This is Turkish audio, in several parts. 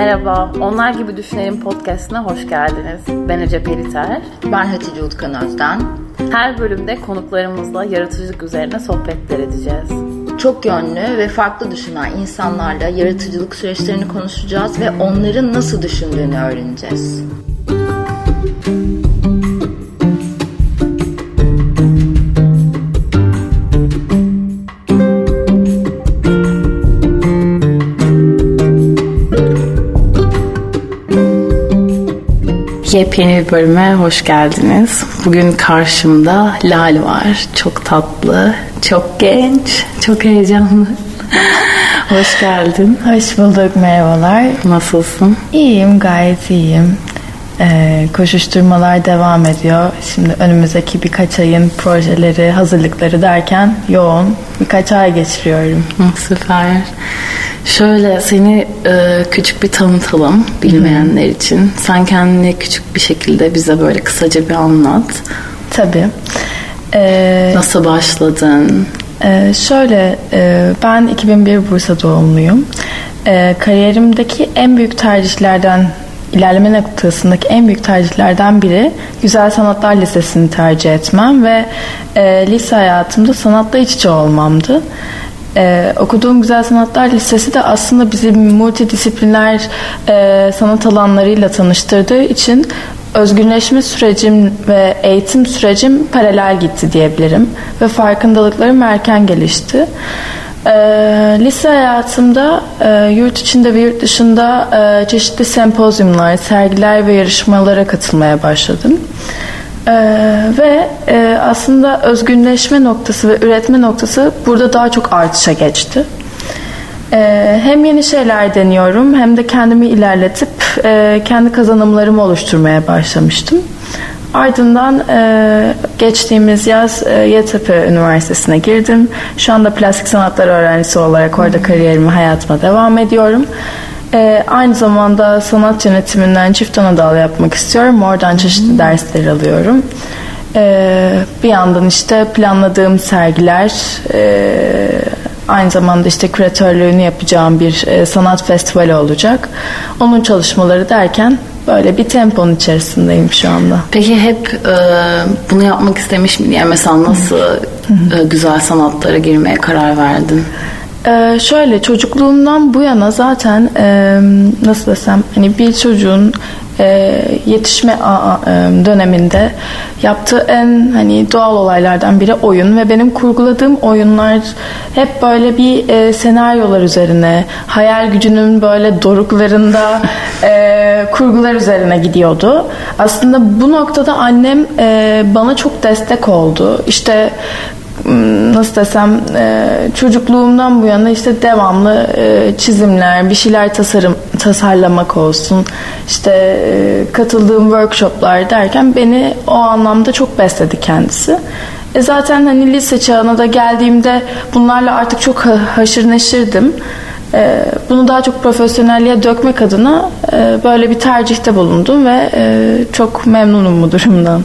Merhaba, Onlar Gibi Düşünelim podcastına hoş geldiniz. Ben Ece Periter. Ben Hatice Utkan Özden. Her bölümde konuklarımızla yaratıcılık üzerine sohbetler edeceğiz. Çok yönlü ve farklı düşünen insanlarla yaratıcılık süreçlerini konuşacağız ve onların nasıl düşündüğünü öğreneceğiz. Yepyeni bir bölüme hoş geldiniz. Bugün karşımda Lale var. Çok tatlı, çok genç, çok heyecanlı. Hoş geldin. Hoş bulduk, merhabalar. Nasılsın? İyiyim, gayet iyiyim. Koşuşturmalar devam ediyor. Şimdi önümüzdeki birkaç ayın projeleri, hazırlıkları derken yoğun birkaç ay geçiriyorum. Süper. Şöyle seni küçük bir tanıtalım bilmeyenler için. Sen kendini küçük bir şekilde bize böyle kısaca bir anlat. Tabii. Nasıl başladın? Ben 2001 Bursa doğumluyum. Kariyerimdeki en büyük tercihlerden, ilerleme noktasındaki en büyük tercihlerden biri Güzel Sanatlar Lisesi'ni tercih etmem ve lise hayatımda sanatla iç içe olmamdı. Okuduğum Güzel Sanatlar Lisesi de aslında bizi multidisipliner sanat alanlarıyla tanıştırdığı için özgünleşme sürecim ve eğitim sürecim paralel gitti diyebilirim ve farkındalıklarım erken gelişti. Lise hayatımda yurt içinde ve yurt dışında çeşitli sempozyumlar, sergiler ve yarışmalara katılmaya başladım. Ve aslında özgünleşme noktası ve üretme noktası burada daha çok artışa geçti. Hem yeni şeyler deniyorum hem de kendimi ilerletip kendi kazanımlarımı oluşturmaya başlamıştım. Ardından geçtiğimiz yaz Yeditepe Üniversitesi'ne girdim. Şu anda plastik sanatlar öğrencisi olarak orada kariyerimi, hayatıma devam ediyorum. Aynı zamanda sanat yönetiminden çift ana dal yapmak istiyorum. Oradan çeşitli dersler alıyorum. Bir yandan işte planladığım sergiler, aynı zamanda işte küratörlüğünü yapacağım bir sanat festivali olacak. Onun çalışmaları derken böyle bir temponun içerisindeyim şu anda. Peki hep bunu yapmak istemiş miydin? Yani mesela nasıl güzel sanatlara girmeye karar verdin? Çocukluğumdan bu yana zaten nasıl desem, hani bir çocuğun yetişme döneminde yaptığı en hani doğal olaylardan biri oyun ve benim kurguladığım oyunlar hep böyle bir senaryolar üzerine, hayal gücünün böyle doruklarında kurgular üzerine gidiyordu. Aslında bu noktada annem bana çok destek oldu. İşte nasıl desem, çocukluğumdan bu yana işte devamlı çizimler, bir şeyler tasarlamak olsun, işte katıldığım workshoplar derken beni o anlamda çok besledi kendisi. Zaten hani lise çağına da geldiğimde bunlarla artık çok haşır neşirdim. Bunu daha çok profesyonelliğe dökmek adına böyle bir tercihte bulundum ve çok memnunum bu durumdan.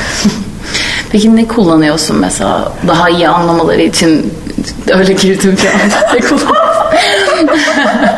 Peki ne kullanıyorsun mesela? Daha iyi anlamaları için öyle girdim şu an. Ne kullanıyorsun?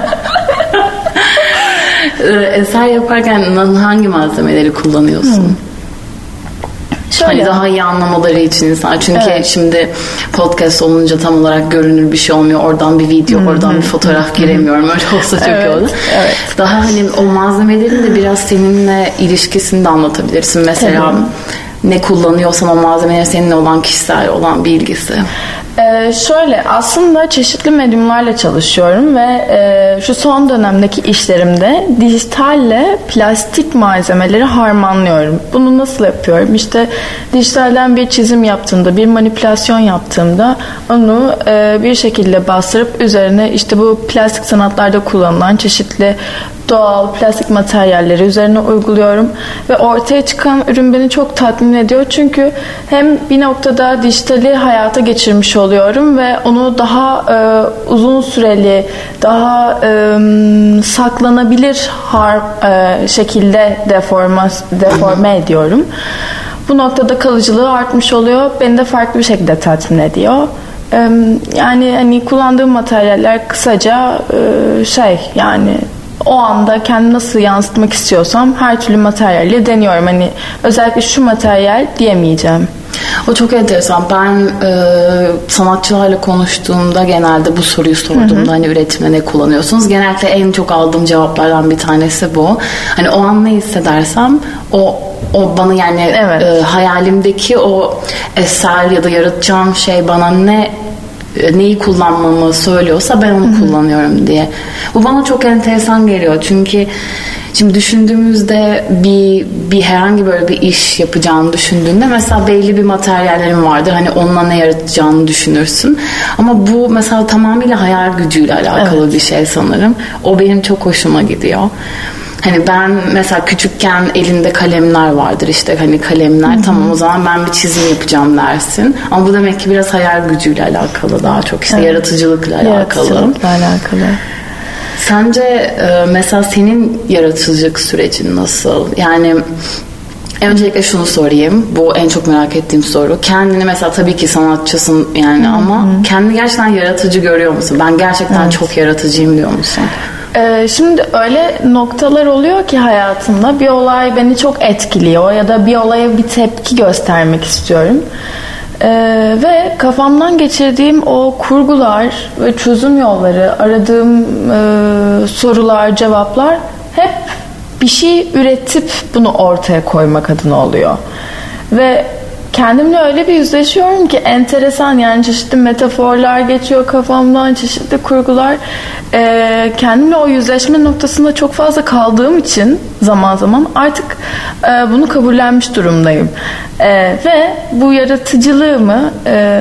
Eser yaparken hangi malzemeleri kullanıyorsun? Hani daha iyi anlamaları için insan. Çünkü şimdi podcast olunca tam olarak görünür bir şey olmuyor. Oradan bir video, oradan bir fotoğraf giremiyorum. Öyle olsa çok iyi olur. Evet. Daha hani o malzemelerin de biraz seninle ilişkisini de anlatabilirsin. Mesela ne kullanıyorsan o malzemeler seninle olan, kişisel olan bir ilgisi. Aslında çeşitli medyumlarla çalışıyorum ve şu son dönemdeki işlerimde dijitalle plastik malzemeleri harmanlıyorum. Bunu nasıl yapıyorum? İşte dijitalden bir çizim yaptığımda, bir manipülasyon yaptığımda onu bir şekilde bastırıp üzerine işte bu plastik sanatlarda kullanılan çeşitli doğal plastik materyalleri üzerine uyguluyorum ve ortaya çıkan ürün beni çok tatmin ediyor. Çünkü hem bir noktada dijitali hayata geçirmiş oluyorum ve onu daha uzun süreli, daha saklanabilir şekilde deforme ediyorum. Bu noktada kalıcılığı artmış oluyor. Beni de farklı bir şekilde tatmin ediyor. Yani hani kullandığım materyaller kısaca yani o anda kendimi nasıl yansıtmak istiyorsam her türlü materyali deniyorum. Hani özellikle şu materyal diyemeyeceğim. O çok enteresan. Ben sanatçılarla konuştuğumda genelde bu soruyu sorduğumda hani üretimde ne kullanıyorsunuz? Genellikle en çok aldığım cevaplardan bir tanesi bu. Hani o an ne hissedersem o bana yani hayalimdeki o eser ya da yaratacağım şey bana neyi kullanmamı söylüyorsa ben onu kullanıyorum diye. Bu bana çok enteresan geliyor. Çünkü şimdi düşündüğümüzde bir herhangi böyle bir iş yapacağını düşündüğünde mesela belli bir materyallerin vardır. Hani onunla ne yaratacağını düşünürsün. Ama bu mesela tamamıyla hayal gücüyle alakalı bir şey sanırım. O benim çok hoşuma gidiyor. Hani ben mesela küçükken elinde kalemler vardır işte hani kalemler tamam o zaman ben bir çizim yapacağım dersin. Ama bu demek ki biraz hayal gücüyle alakalı daha çok işte yaratıcılıkla alakalı. Yaratıcılıkla alakalı. Sence mesela senin yaratıcılık sürecin nasıl? Yani öncelikle şunu sorayım. Bu en çok merak ettiğim soru. Kendini mesela tabii ki sanatçısın yani ama kendini gerçekten yaratıcı görüyor musun? Ben gerçekten çok yaratıcıyım diyor musun? Şimdi öyle noktalar oluyor ki hayatımda bir olay beni çok etkiliyor ya da bir olaya bir tepki göstermek istiyorum. Ve kafamdan geçirdiğim o kurgular ve çözüm yolları, aradığım sorular, cevaplar hep bir şey üretip bunu ortaya koymak adına oluyor. Ve kendimle öyle bir yüzleşiyorum ki enteresan yani çeşitli metaforlar geçiyor kafamdan, çeşitli kurgular. Kendimle o yüzleşme noktasında çok fazla kaldığım için zaman zaman artık bunu kabullenmiş durumdayım. Ve bu yaratıcılığımı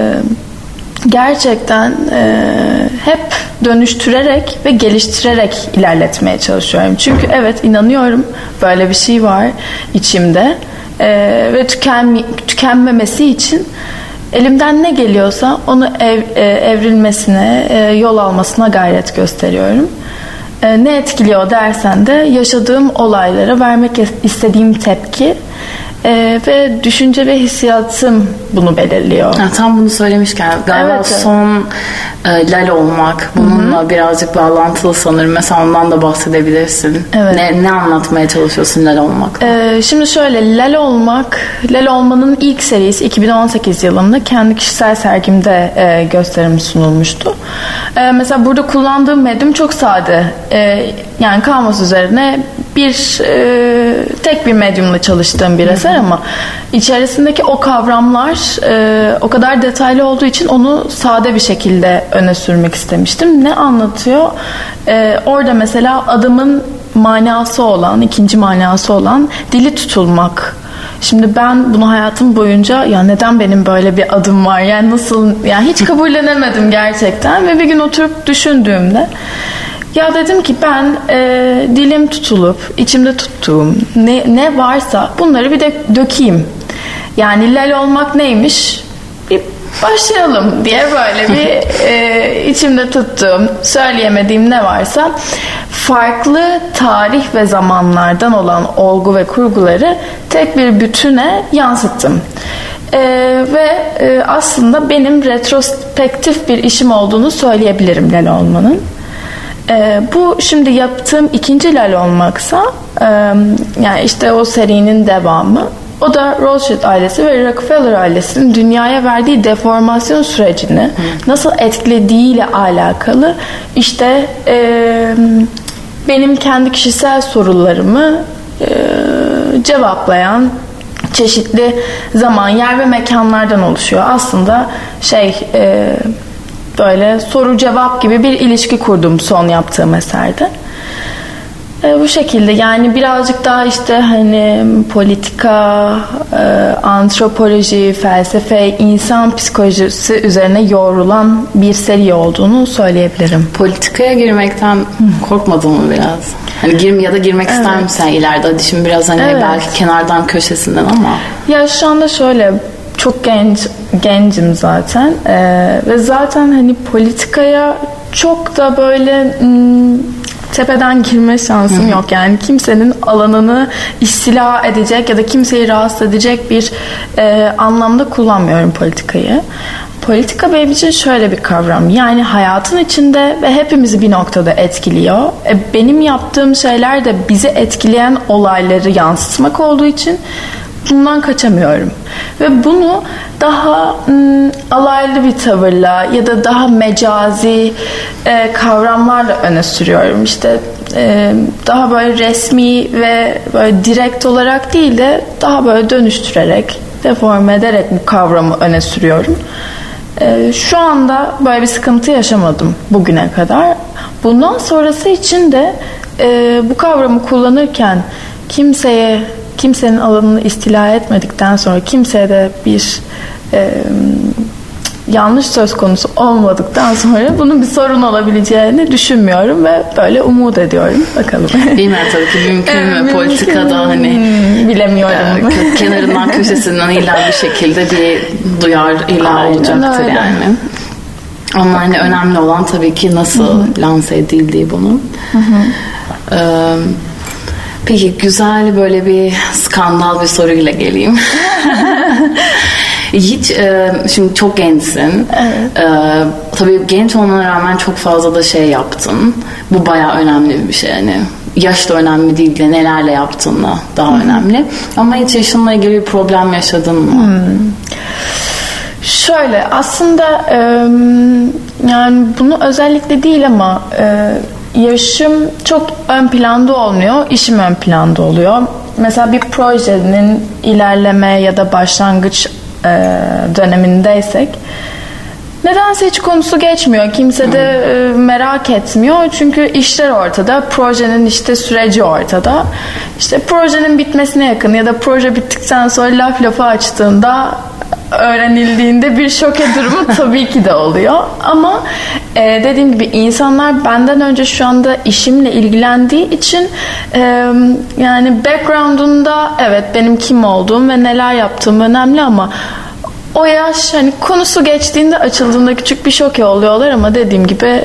gerçekten hep dönüştürerek ve geliştirerek ilerletmeye çalışıyorum. Çünkü evet inanıyorum böyle bir şey var içimde. Ve tükenmemesi için elimden ne geliyorsa onu evrilmesine, yol almasına gayret gösteriyorum. Ne etkiliyor dersen de yaşadığım olaylara vermek istediğim tepki ve düşünce ve hissiyatım bunu belirliyor. Tam bunu söylemişken galiba son lal olmak bununla birazcık bağlantılı sanırım. Mesela ondan da bahsedebilirsin. Evet. Ne anlatmaya çalışıyorsun lal olmak? Şimdi şöyle Lal Olmanın ilk serisi 2018 yılında kendi kişisel sergimde gösterim sunulmuştu. Mesela burada kullandığım medyum çok sade. Yani kanvas üzerine tek bir medyumla çalıştığım bir eser ama içerisindeki o kavramlar o kadar detaylı olduğu için onu sade bir şekilde öne sürmek istemiştim. Ne anlatıyor? Orada mesela adımın manası olan, ikinci manası olan dili tutulmak. Şimdi ben bunu hayatım boyunca ya neden benim böyle bir adım var? Yani nasıl? Yani hiç kabullenemedim gerçekten ve bir gün oturup düşündüğümde ya dedim ki ben dilim tutulup içimde tuttuğum ne varsa bunları bir de dökeyim. Yani lal olmak neymiş? Bir başlayalım diye böyle bir içimde tuttuğum, söyleyemediğim ne varsa farklı tarih ve zamanlardan olan olgu ve kurguları tek bir bütüne yansıttım. Ve aslında benim retrospektif bir işim olduğunu söyleyebilirim lal olmanın. Bu şimdi yaptığım ikinci lal olmaksa yani işte o serinin devamı. O da Rothschild ailesi ve Rockefeller ailesinin dünyaya verdiği deformasyon sürecini nasıl etkilediğiyle alakalı işte benim kendi kişisel sorularımı cevaplayan çeşitli zaman, yer ve mekanlardan oluşuyor. Aslında böyle soru cevap gibi bir ilişki kurdum son yaptığım eserde. Bu şekilde yani birazcık daha işte hani politika, antropoloji, felsefe, insan psikolojisi üzerine yoğrulan bir seri olduğunu söyleyebilirim. Politikaya girmekten korkmadın mı biraz? Hani ya da girmek ister misin ileride? Hadi şimdi biraz hani belki kenardan köşesinden ama. Ya şu anda şöyle çok gencim zaten ve zaten hani politikaya çok da böyle tepeden girme şansım yok. Yani kimsenin alanını istila edecek ya da kimseyi rahatsız edecek bir anlamda kullanmıyorum politikayı. Politika benim için şöyle bir kavram. Yani hayatın içinde ve hepimizi bir noktada etkiliyor. Benim yaptığım şeyler de bizi etkileyen olayları yansıtmak olduğu için bundan kaçamıyorum. Ve bunu daha alaylı bir tavırla ya da daha mecazi kavramlarla öne sürüyorum. İşte daha böyle resmi ve böyle direkt olarak değil de daha böyle dönüştürerek, deforme ederek bu kavramı öne sürüyorum. Şu anda böyle bir sıkıntı yaşamadım bugüne kadar. Bundan sonrası için de bu kavramı kullanırken kimsenin alanını istila etmedikten sonra, kimseye de bir yanlış söz konusu olmadıktan sonra bunun bir sorun olabileceğini düşünmüyorum ve böyle umut ediyorum. Bakalım. Bilmiyorum tabii ki mümkün mü politikada hani bilemiyorum. Kenarından köşesinden illa bir şekilde bir duyar illa olacaktır öyle. Yani. Ama hani önemli olan tabii ki nasıl lanse edildiği bunun. Peki güzel böyle bir skandal bir soruyla geleyim. Hiç şimdi çok gençsin. Evet. Tabii genç olmana rağmen çok fazla da şey yaptın. Bu bayağı önemli bir şey. Yani yaş da önemli değil de nelerle yaptığınla daha önemli. Ama hiç yaşınla ilgili bir problem yaşadın mı? Şöyle aslında yani bunu özellikle değil ama yaşım çok ön planda olmuyor, işim ön planda oluyor. Mesela bir projenin ilerleme ya da başlangıç dönemindeysek nedense hiç konusu geçmiyor. Kimse de merak etmiyor. Çünkü işler ortada. Projenin işte süreci ortada. İşte projenin bitmesine yakın ya da proje bittikten sonra laf lafı açtığında öğrenildiğinde bir şoke durumu tabii ki de oluyor. Ama dediğim gibi insanlar benden önce şu anda işimle ilgilendiği için yani background'unda evet benim kim olduğum ve neler yaptığım önemli ama o yaş hani konusu geçtiğinde açıldığında küçük bir şoke oluyorlar ama dediğim gibi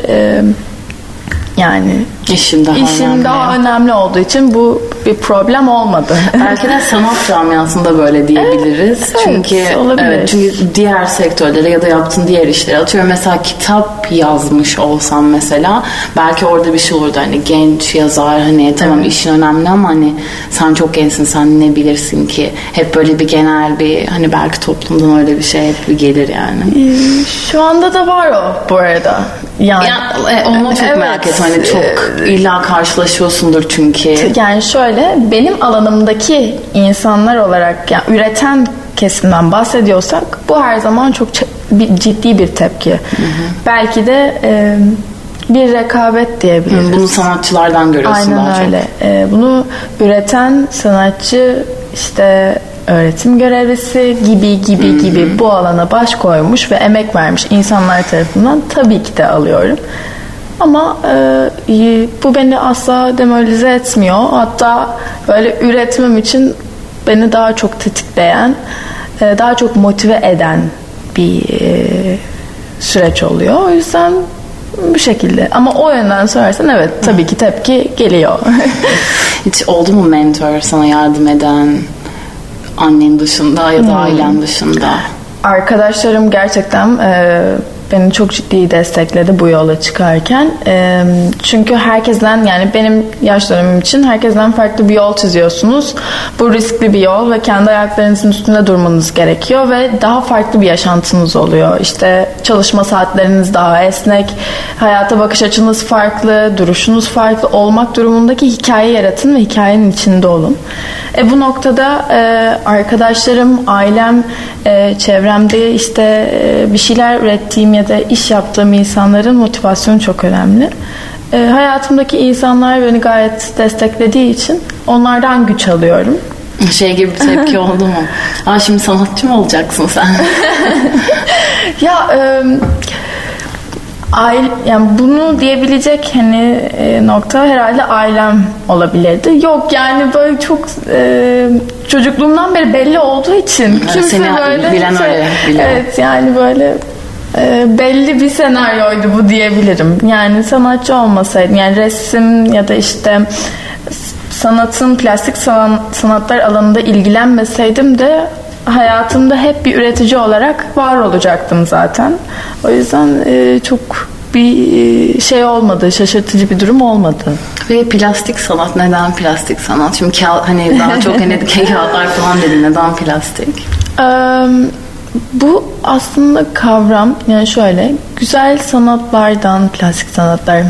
yani işim daha önemli olduğu için bu bir problem olmadı. Belki de sanat camiasında böyle diyebiliriz. Çünkü çünkü diğer sektörlere ya da yaptığın diğer işlere atıyorum mesela kitap yazmış olsam mesela belki orada bir şey olurdu hani genç yazar hani tamam işin önemli ama hani sen çok gençsin sen ne bilirsin ki hep böyle bir genel bir hani belki toplumdan öyle bir şey hep bir gelir yani. Şu anda da var o bu arada. Yani onu çok merak ettim hani çok illa karşılaşıyorsundur çünkü. Yani şöyle benim alanımdaki insanlar olarak yani üreten kesimden bahsediyorsak bu her zaman çok ciddi bir tepki. Belki de bir rekabet diyebiliriz. Bunu sanatçılardan görüyorsun daha çok. Aynen öyle. Bunu üreten sanatçı işte öğretim görevlisi gibi bu alana baş koymuş ve emek vermiş insanlar tarafından tabii ki de alıyorum. Ama bu beni asla demoralize etmiyor. Hatta böyle üretmem için beni daha çok tetikleyen, daha çok motive eden bir süreç oluyor. O yüzden bu şekilde. Ama o yönden sorarsan evet tabii ki tepki geliyor. Hiç oldu mu mentor sana yardım eden annen dışında ya da ailen dışında? Arkadaşlarım gerçekten beni çok ciddi destekledi bu yola çıkarken. Çünkü herkesten yani benim yaş dönemim için herkesten farklı bir yol çiziyorsunuz. Bu riskli bir yol ve kendi ayaklarınızın üstünde durmanız gerekiyor ve daha farklı bir yaşantınız oluyor. İşte çalışma saatleriniz daha esnek, hayata bakış açınız farklı, duruşunuz farklı olmak durumundaki hikaye yaratın ve hikayenin içinde olun. Bu noktada arkadaşlarım, ailem, çevremde işte bir şeyler ürettiğim ya da iş yaptığım insanların motivasyonu çok önemli. Hayatımdaki insanlar beni gayet desteklediği için onlardan güç alıyorum. Şey gibi bir tepki oldu mu? Şimdi sanatçı mı olacaksın sen? Ya yani bunu diyebilecek hani nokta herhalde ailem olabilirdi. Yok yani böyle çok çocukluğumdan beri belli olduğu için kimse seni böyle bilen öyle biliyor. Evet yani böyle belli bir senaryoydu bu diyebilirim. Yani sanatçı olmasaydım yani resim ya da işte sanatın plastik sanatlar alanında ilgilenmeseydim de hayatımda hep bir üretici olarak var olacaktım zaten. O yüzden çok bir şey olmadı, şaşırtıcı bir durum olmadı. Ve plastik sanat, neden plastik sanat? Şimdi hani daha çok hani kağıtlar falan dedin, neden plastik? Bu aslında kavram, yani şöyle, güzel sanatlardan plastik sanatlar.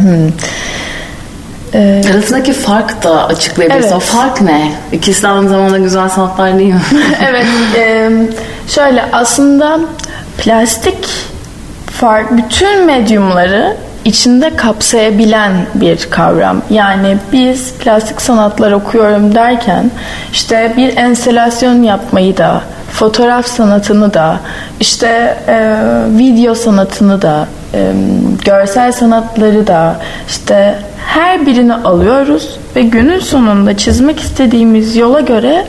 Arasındaki fark da açıklayabilirsin. Evet. O fark ne? İkisi de aynı zamanda güzel sanatlar değil mi? Evet. Şöyle, aslında plastik bütün medyumları içinde kapsayabilen bir kavram. Yani biz plastik sanatlar okuyorum derken işte bir enstelasyon yapmayı da, fotoğraf sanatını da, işte video sanatını da, görsel sanatları da, işte her birini alıyoruz ve günün sonunda çizmek istediğimiz yola göre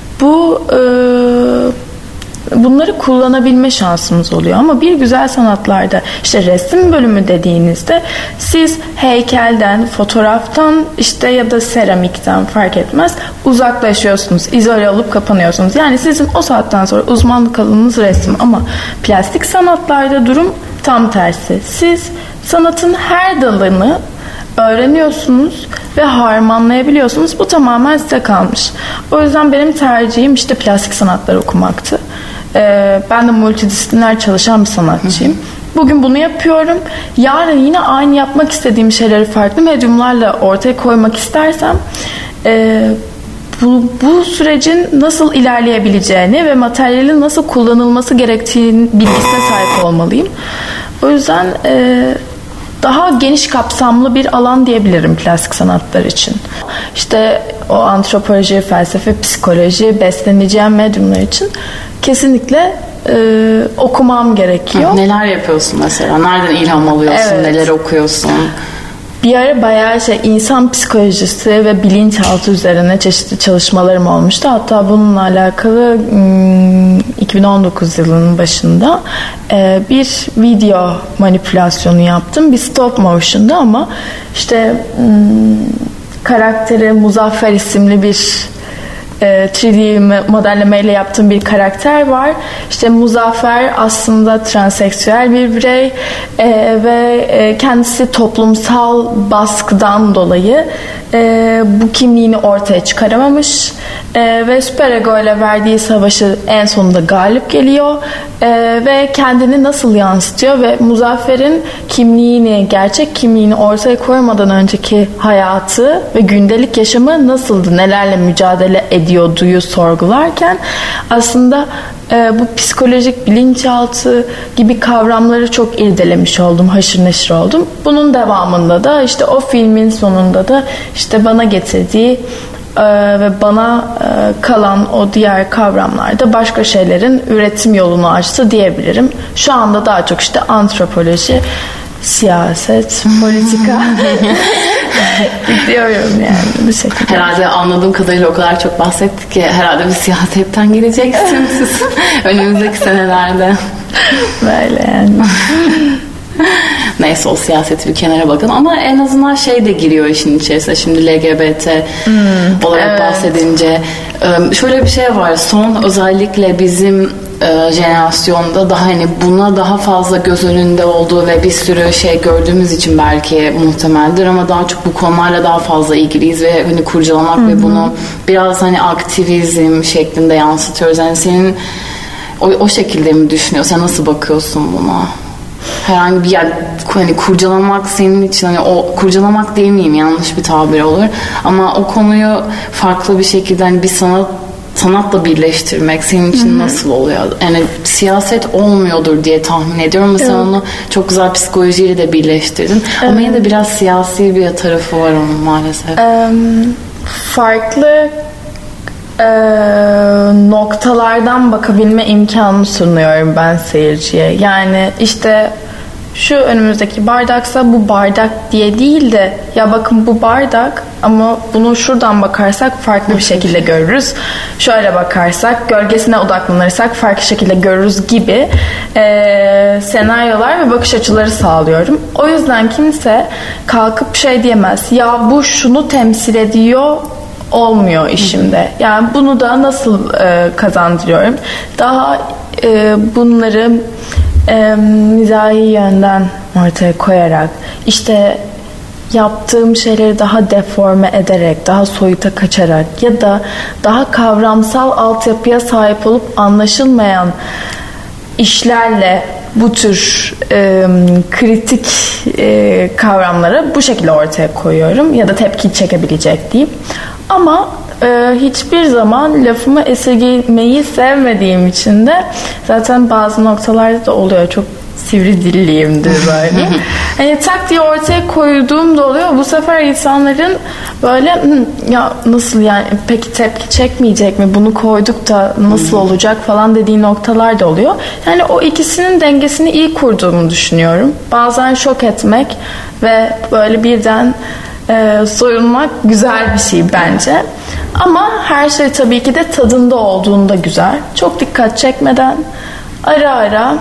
bunları kullanabilme şansımız oluyor. Ama bir güzel sanatlarda, işte resim bölümü dediğinizde, siz heykelden, fotoğraftan, işte ya da seramikten, fark etmez, uzaklaşıyorsunuz. İzole olup kapanıyorsunuz. Yani sizin o saatten sonra uzmanlık alanınız resim, ama plastik sanatlarda durum tam tersi. Siz sanatın her dalını öğreniyorsunuz ve harmanlayabiliyorsunuz. Bu tamamen size kalmış. O yüzden benim tercihim işte plastik sanatlar okumaktı. Ben de multidisipliner çalışan bir sanatçıyım. Bugün bunu yapıyorum. Yarın yine aynı yapmak istediğim şeyleri farklı medyumlarla ortaya koymak istersem bu sürecin nasıl ilerleyebileceğini ve materyalin nasıl kullanılması gerektiğinin bilgisine sahip olmalıyım. O yüzden daha geniş kapsamlı bir alan diyebilirim plastik sanatlar için. İşte o antropoloji, felsefe, psikoloji, besleneceğim medyumlar için kesinlikle okumam gerekiyor. Neler yapıyorsun mesela? Nereden ilham alıyorsun? Evet. Neler okuyorsun? Bir ara bayağı insan psikolojisi ve bilinçaltı üzerine çeşitli çalışmalarım olmuştu. Hatta bununla alakalı 2019 yılının başında bir video manipülasyonu yaptım. Bir stop motion'da, ama işte karakteri Muzaffer isimli bir 3D modellemeyle yaptığım bir karakter var. İşte Muzaffer aslında transseksüel bir birey ve kendisi toplumsal baskıdan dolayı bu kimliğini ortaya çıkaramamış ve süperego ile verdiği savaşı en sonunda galip geliyor ve kendini nasıl yansıtıyor ve Muzaffer'in gerçek kimliğini ortaya koymadan önceki hayatı ve gündelik yaşamı nasıldı, nelerle mücadele ediyorduyu sorgularken aslında bu psikolojik bilinçaltı gibi kavramları çok irdelemiş oldum, haşır neşir oldum. Bunun devamında da işte o filmin sonunda da işte bana getirdiği ve bana kalan o diğer kavramlarda başka şeylerin üretim yolunu açtı diyebilirim. Şu anda daha çok işte antropoloji, siyaset, politika diyorum yani bu şekilde. Herhalde anladığım kadarıyla o kadar çok bahsettik ki herhalde bir siyasetten geleceksin siz önümüzdeki senelerde. Böyle yani. Neyse, o siyaseti bir kenara bakın, ama en azından şey de giriyor işin içerisine. Şimdi LGBT olarak bahsedince şöyle bir şey var. Son özellikle bizim jenerasyonda daha hani buna daha fazla göz önünde olduğu ve bir sürü şey gördüğümüz için belki muhtemeldir, ama daha çok bu konularla daha fazla ilgiliyiz ve hani kurcalamak ve bunu biraz hani aktivizm şeklinde yansıtıyoruz. Yani senin o şekilde mi düşünüyorsun? Sen nasıl bakıyorsun buna? Herhangi bir yer hani kurcalamak senin için, hani o kurcalamak demeyeyim, yanlış bir tabir olur, ama o konuyu farklı bir şekilde hani bir sanatla birleştirmek senin için nasıl oluyor? Yani siyaset olmuyordur diye tahmin ediyorum, ama sen onu çok güzel psikolojiyle de birleştirdin. Ama yine de biraz siyasi bir tarafı var onun maalesef. Farklı noktalardan bakabilme imkanı sunuyorum ben seyirciye. Yani işte şu önümüzdeki bardaksa bu bardak diye değil de, ya bakın bu bardak ama bunu şuradan bakarsak farklı bir şekilde görürüz. Şöyle bakarsak, gölgesine odaklanırsak farklı şekilde görürüz gibi senaryolar ve bakış açıları sağlıyorum. O yüzden kimse kalkıp şey diyemez. Ya bu şunu temsil ediyor olmuyor işimde. Yani bunu da nasıl kazandırıyorum? Daha bunları mizahi yönden ortaya koyarak, işte yaptığım şeyleri daha deforme ederek, daha soyuta kaçarak ya da daha kavramsal altyapıya sahip olup anlaşılmayan işlerle bu tür kritik kavramları bu şekilde ortaya koyuyorum ya da tepki çekebilecek diyeyim. Ama hiçbir zaman lafımı esirgemeyi sevmediğim için de zaten bazı noktalarda da oluyor. Çok sivri dilliyimdir böyle. Hani tak diye ortaya koyduğum da oluyor. Bu sefer insanların böyle ya nasıl yani peki tepki çekmeyecek mi? Bunu koyduk da nasıl olacak falan dediği noktalar da oluyor. Yani o ikisinin dengesini iyi kurduğumu düşünüyorum. Bazen şok etmek ve böyle birden soyunmak güzel bir şey bence. Ama her şey tabii ki de tadında olduğunda güzel. Çok dikkat çekmeden ara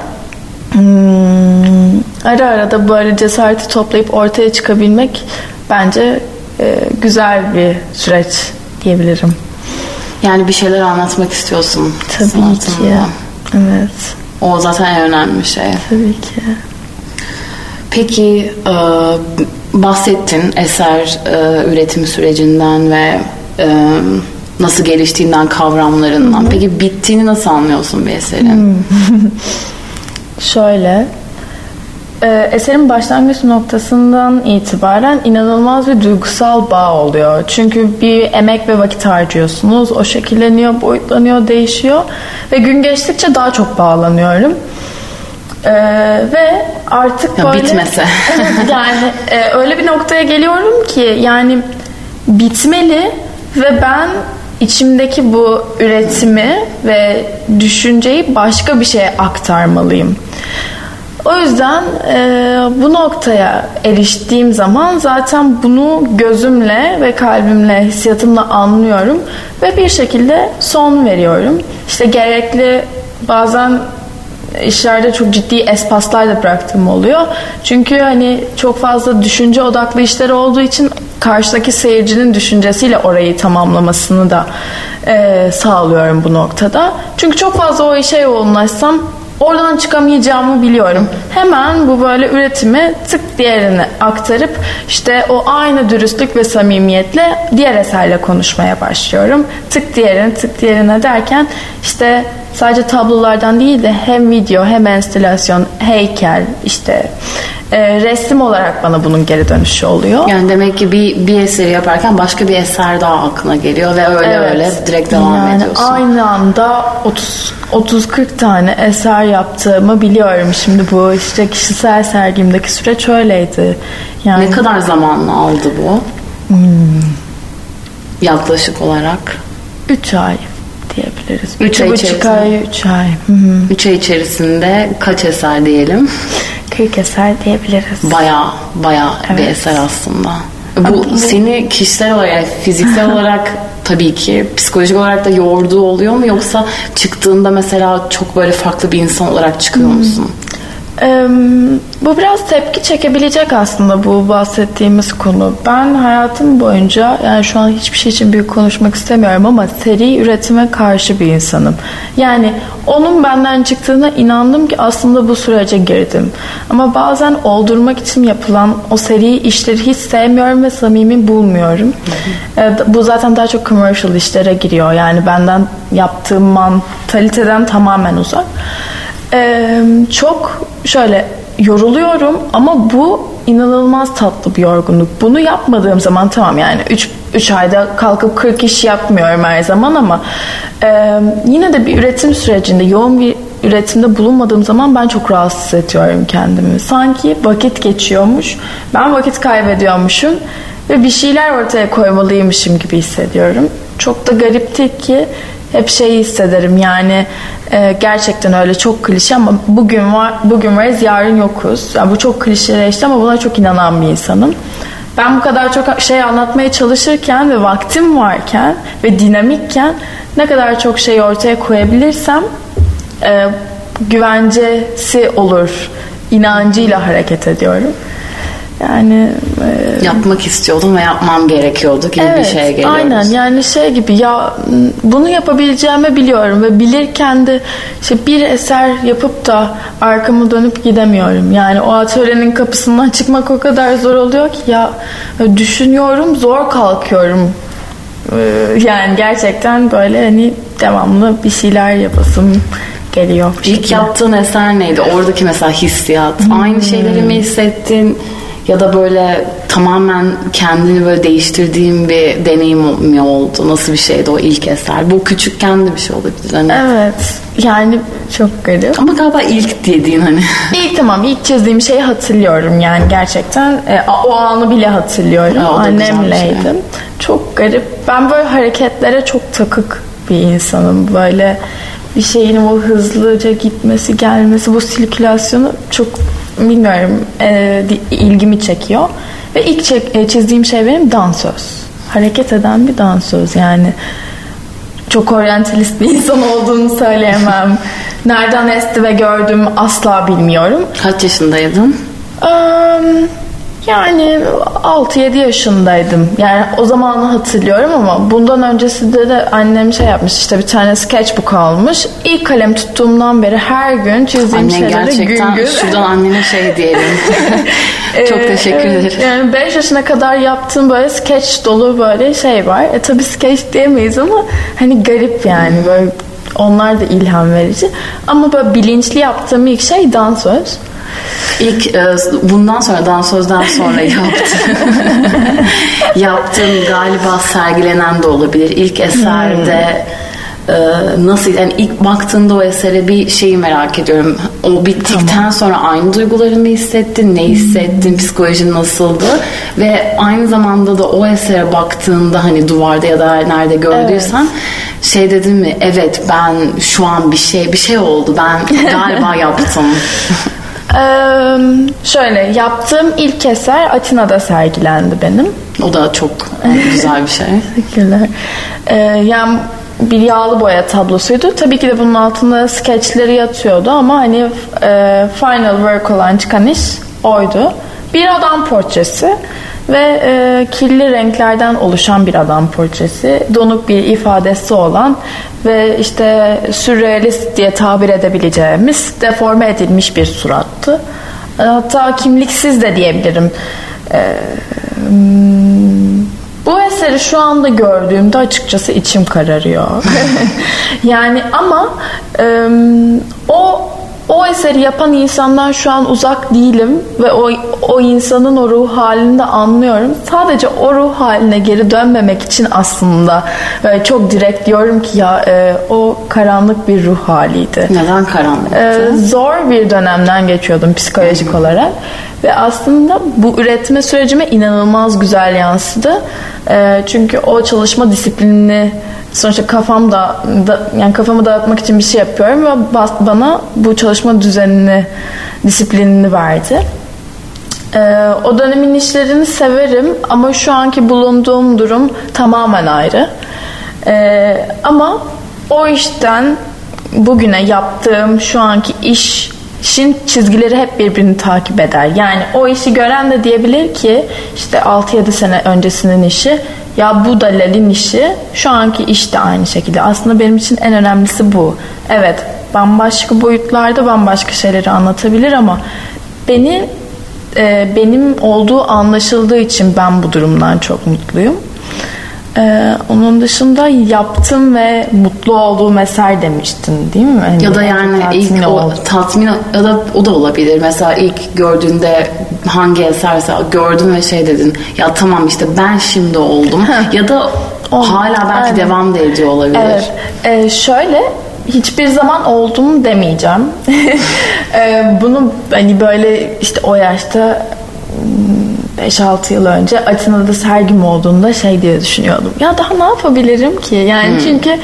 ara da böyle cesareti toplayıp ortaya çıkabilmek bence güzel bir süreç diyebilirim. Yani bir şeyler anlatmak istiyorsun. Tabii ki. Evet. O zaten en önemli şey. Tabii ki. Peki bahsettin eser üretim sürecinden ve nasıl geliştiğinden, kavramlarından. Hı-hı. Peki bittiğini nasıl anlıyorsun bir eserin? Şöyle, eserin başlangıç noktasından itibaren inanılmaz bir duygusal bağ oluyor. Çünkü bir emek ve vakit harcıyorsunuz. O şekilleniyor, boyutlanıyor, değişiyor. Ve gün geçtikçe daha çok bağlanıyorum. Ve artık böyle... Bitmese. Yani öyle bir noktaya geliyorum ki yani bitmeli ve ben içimdeki bu üretimi ve düşünceyi başka bir şeye aktarmalıyım. O yüzden bu noktaya eriştiğim zaman zaten bunu gözümle ve kalbimle, hissiyatımla anlıyorum ve bir şekilde son veriyorum. İşte gerekli bazen işlerde çok ciddi espaslar da bıraktığım oluyor. Çünkü hani çok fazla düşünce odaklı işler olduğu için karşıdaki seyircinin düşüncesiyle orayı tamamlamasını da sağlıyorum bu noktada. Çünkü çok fazla o işe yoğunlaşsam oradan çıkamayacağımı biliyorum. Hemen bu böyle üretimi tık diğerine aktarıp işte o aynı dürüstlük ve samimiyetle diğer eserle konuşmaya başlıyorum. Tık diğerine derken işte sadece tablolardan değil de hem video hem enstlasyon, heykel, işte resim olarak bana bunun geri dönüşü oluyor. Yani demek ki bir eseri yaparken başka bir eser daha aklına geliyor ve öyle direkt devam ediyorsun. Aynı anda 30-40 tane eser yaptığımı biliyorum. Şimdi bu işte kişisel sergimdeki süreç öyleydi. Yani ne kadar zamanla aldı bu? Yaklaşık olarak 3 ay diyebiliriz. 3 ay içerisinde. 3 ay. 3 ay içerisinde kaç eser diyelim? 40 eser diyebiliriz. Baya evet. Bir eser aslında. Bu seni kişisel olarak, yani fiziksel olarak tabii ki psikolojik olarak da yorduğu oluyor mu? Yoksa çıktığında mesela çok böyle farklı bir insan olarak çıkıyor musun? Bu biraz tepki çekebilecek aslında bu bahsettiğimiz konu. Ben hayatım boyunca, yani şu an hiçbir şey için büyük konuşmak istemiyorum ama seri üretime karşı bir insanım. Yani onun benden çıktığına inandım ki aslında bu sürece girdim. Ama bazen oldurmak için yapılan o seri işleri hiç sevmiyorum ve samimi bulmuyorum. Bu zaten daha çok commercial işlere giriyor. Yani benden yaptığım mantaliteden tamamen uzak. Çok şöyle yoruluyorum ama bu inanılmaz tatlı bir yorgunluk. Bunu yapmadığım zaman tamam, yani 3 ayda kalkıp 40 iş yapmıyorum her zaman ama yine de bir üretim sürecinde, yoğun bir üretimde bulunmadığım zaman ben çok rahatsız ediyorum kendimi. Sanki vakit geçiyormuş, ben vakit kaybediyormuşum ve bir şeyler ortaya koymalıymışım gibi hissediyorum. Çok da garip değil ki hep şeyi hissederim, yani gerçekten öyle, çok klişe ama bugün varız, yarın yokuz. Yani bu çok klişeleşti ama buna çok inanan bir insanım. Ben bu kadar çok şey anlatmaya çalışırken ve vaktim varken ve dinamikken ne kadar çok şey ortaya koyabilirsem güvencesi olur inancıyla hareket ediyorum. Yani yapmak istiyordum ve yapmam gerekiyordu gibi bir şeye geliyoruz. Aynen, yani şey gibi, ya bunu yapabileceğimi biliyorum ve bilirken de işte bir eser yapıp da arkamı dönüp gidemiyorum. Yani o atölyenin kapısından çıkmak o kadar zor oluyor ki ya, düşünüyorum, zor kalkıyorum. Yani gerçekten böyle hani devamlı bir şeyler yapasım geliyor. İlk yaptığın eser neydi? Oradaki mesela hissiyat. Aynı şeyleri mi hissettin? Ya da böyle tamamen kendini böyle değiştirdiğin bir deneyim mi oldu? Nasıl bir şeydi o ilk eser? Bu küçükken de bir şey olabilir. Hani. Evet. Yani çok garip. Ama galiba ilk dediğin hani. İlk çizdiğim şeyi hatırlıyorum yani gerçekten. O anı bile hatırlıyorum. Annemleydim. Şey. Çok garip. Ben böyle hareketlere çok takık bir insanım. Böyle bir şeyin o hızlıca gitmesi, gelmesi, bu sirkülasyonu çok bilmiyorum, ilgimi çekiyor. Ve ilk çizdiğim şey benim dansöz. Hareket eden bir dansöz yani. Çok oryantalist bir insan olduğunu söyleyemem. Nereden esti ve gördüm asla bilmiyorum. Kaç yaşındaydın? Yani 6-7 yaşındaydım. Yani o zamanı hatırlıyorum ama bundan öncesinde de annem şey yapmış, işte bir tane sketchbook almış. İlk kalem tuttuğumdan beri her gün çizdiğim şeyleri gün gün. Şuradan annene şey diyelim. Çok teşekkür ederim. Yani 5 yaşına kadar yaptığım böyle sketch dolu böyle şey var. Tabii sketch diyemeyiz ama hani garip yani, böyle onlar da ilham verici. Ama böyle bilinçli yaptığım ilk şey dansöz. İlk bundan sonra dansözden sonra yaptığım galiba sergilenen de olabilir. İlk eserde nasıl, yani ilk baktığında o esere bir şeyi merak ediyorum. O bittikten sonra aynı duyguları mı hissettin? Ne hissettin? Psikolojin nasıldı? Ve aynı zamanda da o esere baktığında hani duvarda ya da nerede gördüysen şey dedin mi? Evet, ben şu an bir şey oldu. Ben galiba yaptım. Şöyle, yaptığım ilk eser Atina'da sergilendi benim. O da çok güzel bir şey. Teşekkürler. Yani bir yağlı boya tablosuydu. Tabii ki de bunun altında skeçleri yatıyordu ama hani final work olan çıkan iş oydu. Bir adam portresi ve kirli renklerden oluşan bir adam portresi. Donuk bir ifadesi olan ve işte sürrealist diye tabir edebileceğimiz deforme edilmiş bir surattı. Hatta kimliksiz de diyebilirim. Bu eseri şu anda gördüğümde açıkçası içim kararıyor. Yani ama o eseri yapan insandan şu an uzak değilim ve o insanın o ruh halini de anlıyorum. Sadece o ruh haline geri dönmemek için aslında çok direkt diyorum ki ya o karanlık bir ruh haliydi. Neden karanlık? Zor bir dönemden geçiyordum psikolojik olarak ve aslında bu üretme sürecime inanılmaz güzel yansıdı. Çünkü o çalışma disiplinini sonuçta yani kafamı dağıtmak için bir şey yapıyorum ve bana bu çalışma düzenini, disiplinini verdi. O dönemin işlerini severim ama şu anki bulunduğum durum tamamen ayrı. Ama o işten bugüne yaptığım şu anki işin çizgileri hep birbirini takip eder. Yani o işi gören de diyebilir ki işte 6-7 sene öncesinin işi, ya bu da Lal'in işi, şu anki iş de aynı şekilde. Aslında benim için en önemlisi bu. Evet, bambaşka boyutlarda bambaşka şeyleri anlatabilir ama benim olduğu anlaşıldığı için ben bu durumdan çok mutluyum. Onun dışında yaptım ve mutlu olduğum eser demiştin değil mi? Hani ya da yani ilk o tatmin ya da o da olabilir. Mesela ilk gördüğünde hangi eserse gördün ve şey dedin. Ya tamam işte ben şimdi oldum. Ya da hala belki devam da ediyor olabilir. Evet. Şöyle, hiçbir zaman oldum demeyeceğim. Bunu hani böyle işte o yaşta 5-6 yıl önce Atina'da sergim olduğunda şey diye düşünüyordum. Ya daha ne yapabilirim ki? Yani çünkü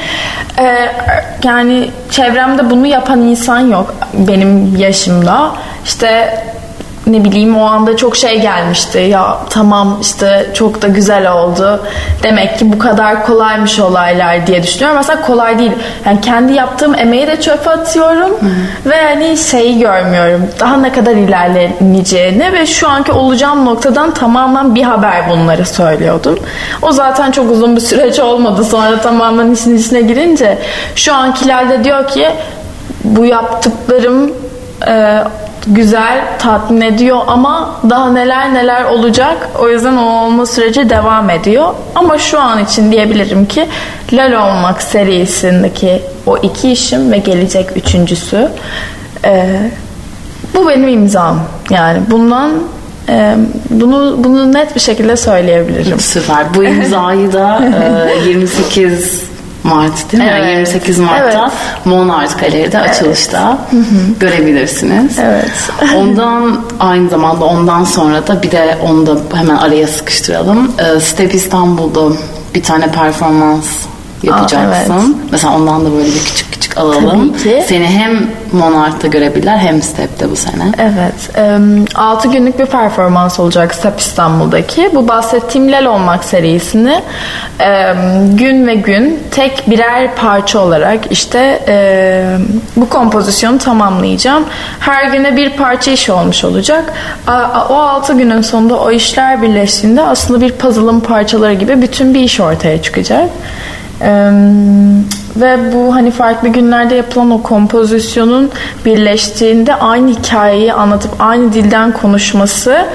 yani çevremde bunu yapan insan yok benim yaşımda. İşte ne bileyim o anda çok şey gelmişti. Ya tamam işte çok da güzel oldu. Demek ki bu kadar kolaymış olaylar diye düşünüyorum. Mesela kolay değil. Yani kendi yaptığım emeği de çöpe atıyorum. Ve hani şeyi görmüyorum. Daha ne kadar ilerleneceğini ve şu anki olacağım noktadan tamamen bir haber bunları söylüyordum. O zaten çok uzun bir süreç olmadı. Sonra tamamen işin içine girince şu ankilerde diyor ki bu yaptıklarım güzel, tatmin ediyor ama daha neler olacak. O yüzden o olma süreci devam ediyor. Ama şu an için diyebilirim ki Lal Olmak serisindeki o 2 işim ve gelecek 3.'sü bu benim imzam. Yani bundan bunu net bir şekilde söyleyebilirim. Süper. Bu imzayı da 28 Mart değil mi? Evet. 28 Mart'ta Monart Galeri'de açılışta görebilirsiniz. Evet. Ondan sonra da bir de onu da hemen araya sıkıştıralım. Step İstanbul'da bir tane performans yapacaksın. Evet. Mesela ondan da böyle bir küçük alalım. Tabii ki. Seni hem Monart'ta görebilirler hem Step'te bu sene. Evet. 6 günlük bir performans olacak Step İstanbul'daki. Bu bahsettiğim Lal Olmak serisini gün ve gün tek birer parça olarak işte bu kompozisyonu tamamlayacağım. Her güne bir parça iş olmuş olacak. O 6 günün sonunda o işler birleştiğinde aslında bir puzzle'ın parçaları gibi bütün bir iş ortaya çıkacak. Ve bu hani farklı günlerde yapılan o kompozisyonun birleştiğinde aynı hikayeyi anlatıp aynı dilden konuşması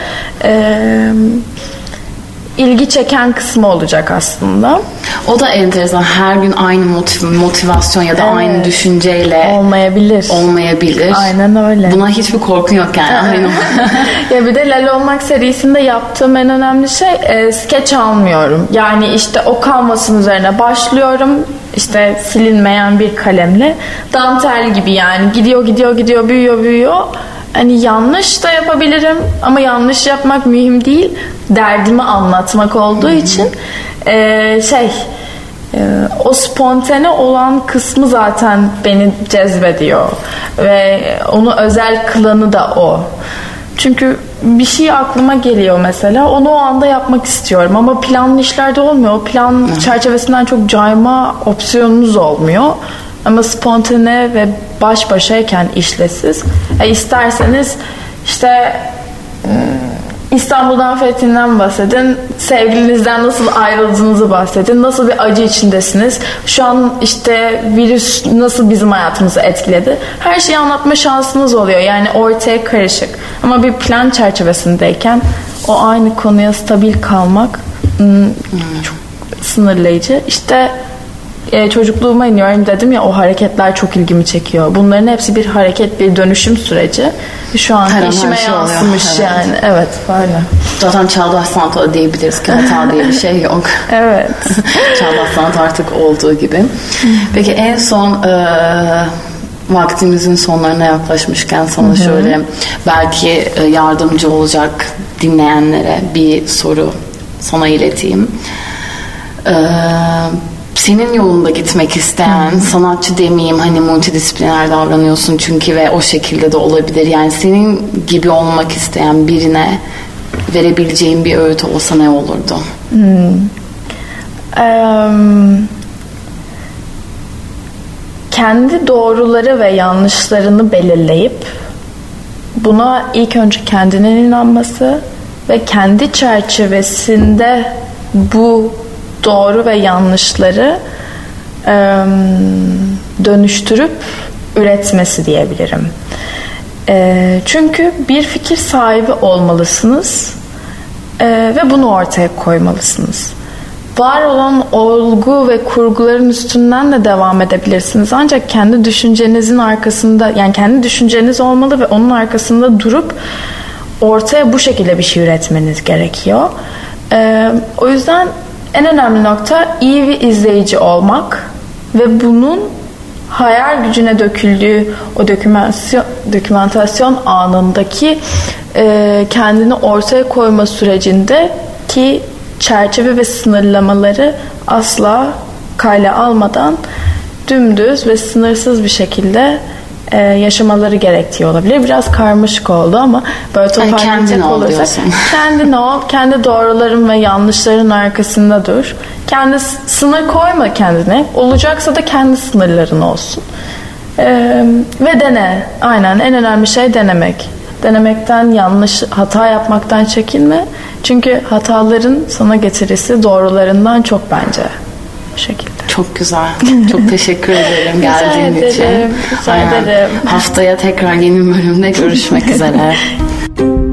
ilgi çeken kısmı olacak aslında. O da enteresan. Her gün aynı motivasyon ya da aynı düşünceyle olmayabilir. Aynen öyle. Buna hiçbir korkun yok yani. Ya bir de Lal Olmak serisinde yaptığım en önemli şey skeç almıyorum. Yani işte o kanvasın üzerine başlıyorum. İşte silinmeyen bir kalemle. Dantel gibi yani. Gidiyor, büyüyor. Hani yanlış da yapabilirim ama yanlış yapmak mühim değil. Derdimi anlatmak olduğu için o spontane olan kısmı zaten beni cezbediyor ve onu özel kılanı da o. Çünkü bir şey aklıma geliyor mesela, onu o anda yapmak istiyorum ama planlı işlerde olmuyor. O plan çerçevesinden çok cayma opsiyonunuz olmuyor. Ama spontane ve baş başayken işlesiz. İsterseniz işte İstanbul'dan fethinden bahsedin, sevgilinizden nasıl ayrıldığınızı bahsedin, nasıl bir acı içindesiniz, şu an işte virüs nasıl bizim hayatımızı etkiledi. Her şeyi anlatma şansınız oluyor. Yani ortaya karışık. Ama bir plan çerçevesindeyken o aynı konuya stabil kalmak çok sınırlayıcı. İşte çocukluğuma iniyorum dedim ya, o hareketler çok ilgimi çekiyor. Bunların hepsi bir hareket, bir dönüşüm süreci. Şu an işime yansımış yani. Evet, böyle. Zaten çağdaş sanat diyebiliriz ki hata diye bir şey yok. Evet. Çağdaş sanat artık olduğu gibi. Peki en son vaktimizin sonlarına yaklaşmışken sana şöyle belki yardımcı olacak dinleyenlere bir soru sana ileteyim. Senin yolunda gitmek isteyen sanatçı demeyeyim, hani multidisipliner davranıyorsun çünkü ve o şekilde de olabilir. Yani senin gibi olmak isteyen birine verebileceğin bir öğüt olsa ne olurdu? Kendi doğruları ve yanlışlarını belirleyip buna ilk önce kendinin inanması ve kendi çerçevesinde bu doğru ve yanlışları dönüştürüp üretmesi diyebilirim. Çünkü bir fikir sahibi olmalısınız ve bunu ortaya koymalısınız. Var olan olgu ve kurguların üstünden de devam edebilirsiniz. Ancak kendi düşüncenizin arkasında, yani kendi düşünceniz olmalı ve onun arkasında durup ortaya bu şekilde bir şey üretmeniz gerekiyor. O yüzden en önemli nokta iyi bir izleyici olmak ve bunun hayal gücüne döküldüğü o dokümantasyon anındaki kendini ortaya koyma sürecinde ki çerçeve ve sınırlamaları asla kale almadan dümdüz ve sınırsız bir şekilde yaşamaları gerektiği olabilir. Biraz karmaşık oldu ama böyle toparlayacak olursak kendin ol, kendi doğruların ve yanlışların arkasında dur. Kendi sınır koyma kendine. Olacaksa da kendi sınırların olsun. Ve dene. Aynen, en önemli şey denemek. Denemekten, hata yapmaktan çekinme. Çünkü hataların sana getirisi doğrularından çok bence. Bu şekilde. Çok güzel. Çok teşekkür ederim geldiğin için. Rica ederim. Haftaya tekrar yeni bir bölümde görüşmek üzere.